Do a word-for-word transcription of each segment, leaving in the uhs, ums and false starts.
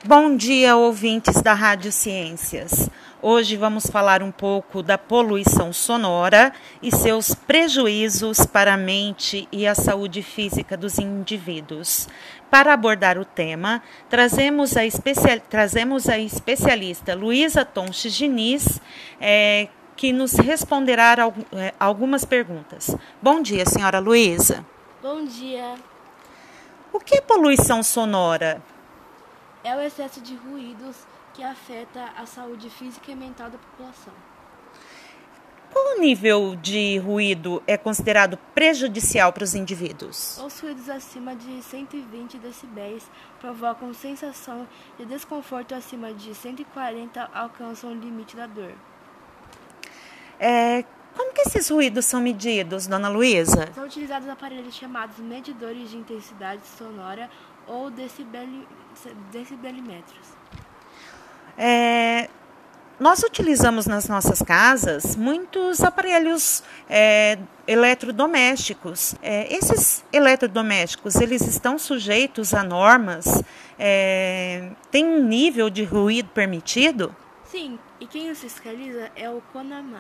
Bom dia, ouvintes da Rádio Ciências. Hoje vamos falar um pouco da poluição sonora e seus prejuízos para a mente e a saúde física dos indivíduos. Para abordar o tema, trazemos a, especial, trazemos a especialista Luísa Tonches Diniz, é, que nos responderá algumas perguntas. Bom dia, senhora Luísa. Bom dia. O que é poluição sonora? É o excesso de ruídos que afeta a saúde física e mental da população. Qual nível de ruído é considerado prejudicial para os indivíduos? Os ruídos acima de cento e vinte decibéis provocam sensação de desconforto, acima de cento e quarenta alcançam o limite da dor. É, como que esses ruídos são medidos, dona Luísa? São utilizados aparelhos chamados medidores de intensidade sonora ou decibeli, decibelímetros. É, nós utilizamos nas nossas casas muitos aparelhos é, eletrodomésticos. É, esses eletrodomésticos, eles estão sujeitos a normas? É, tem um nível de ruído permitido? Sim, e quem os fiscaliza é o CONAMA.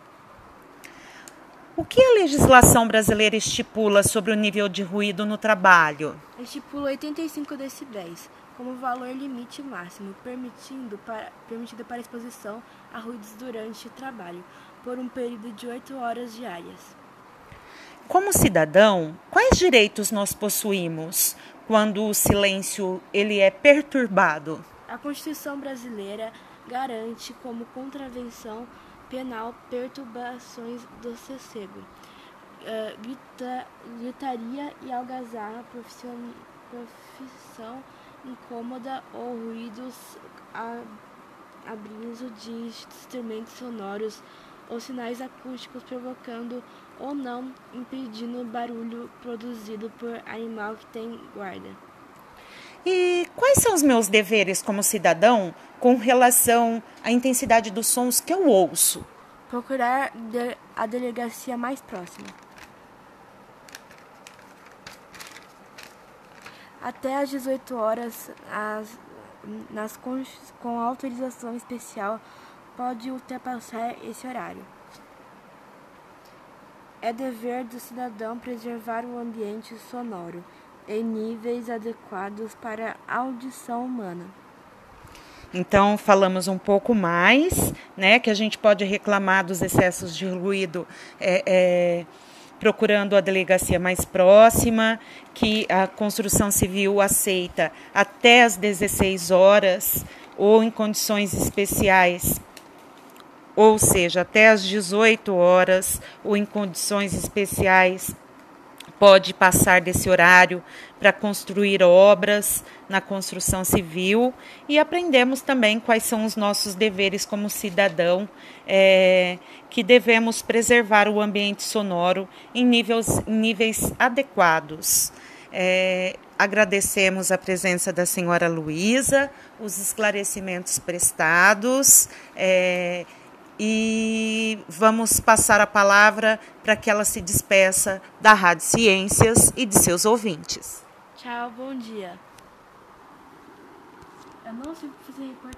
O que a legislação brasileira estipula sobre o nível de ruído no trabalho? Estipula oitenta e cinco decibéis como valor limite máximo, permitindo para, permitido para exposição a ruídos durante o trabalho, por um período de oito horas diárias. Como cidadão, quais direitos nós possuímos quando o silêncio ele é perturbado? A Constituição brasileira garante como contravenção penal perturbações do sossego, uh, grita, gritaria e algazarra, profissão, profissão incômoda ou ruídos a, abrindo de instrumentos sonoros ou sinais acústicos, provocando ou não impedindo barulho produzido por animal que tem guarda. E quais são os meus deveres como cidadão com relação à intensidade dos sons que eu ouço? Procurar a delegacia mais próxima. Até às dezoito horas, as, nas, com autorização especial, pode ultrapassar esse horário. É dever do cidadão preservar o ambiente sonoro em níveis adequados para a audição humana. Então, falamos um pouco mais, né, que a gente pode reclamar dos excessos de ruído é, é, procurando a delegacia mais próxima, que a construção civil aceita até às dezesseis horas, ou em condições especiais, ou seja, até às dezoito horas, ou em condições especiais, pode passar desse horário para construir obras na construção civil, e aprendemos também quais são os nossos deveres como cidadão, é, que devemos preservar o ambiente sonoro em níveis, em níveis adequados. É, agradecemos a presença da senhora Luísa, os esclarecimentos prestados, é, e vamos passar a palavra para que ela se despeça da Rádio Ciências e de seus ouvintes. Tchau, bom dia. Eu não sei fazer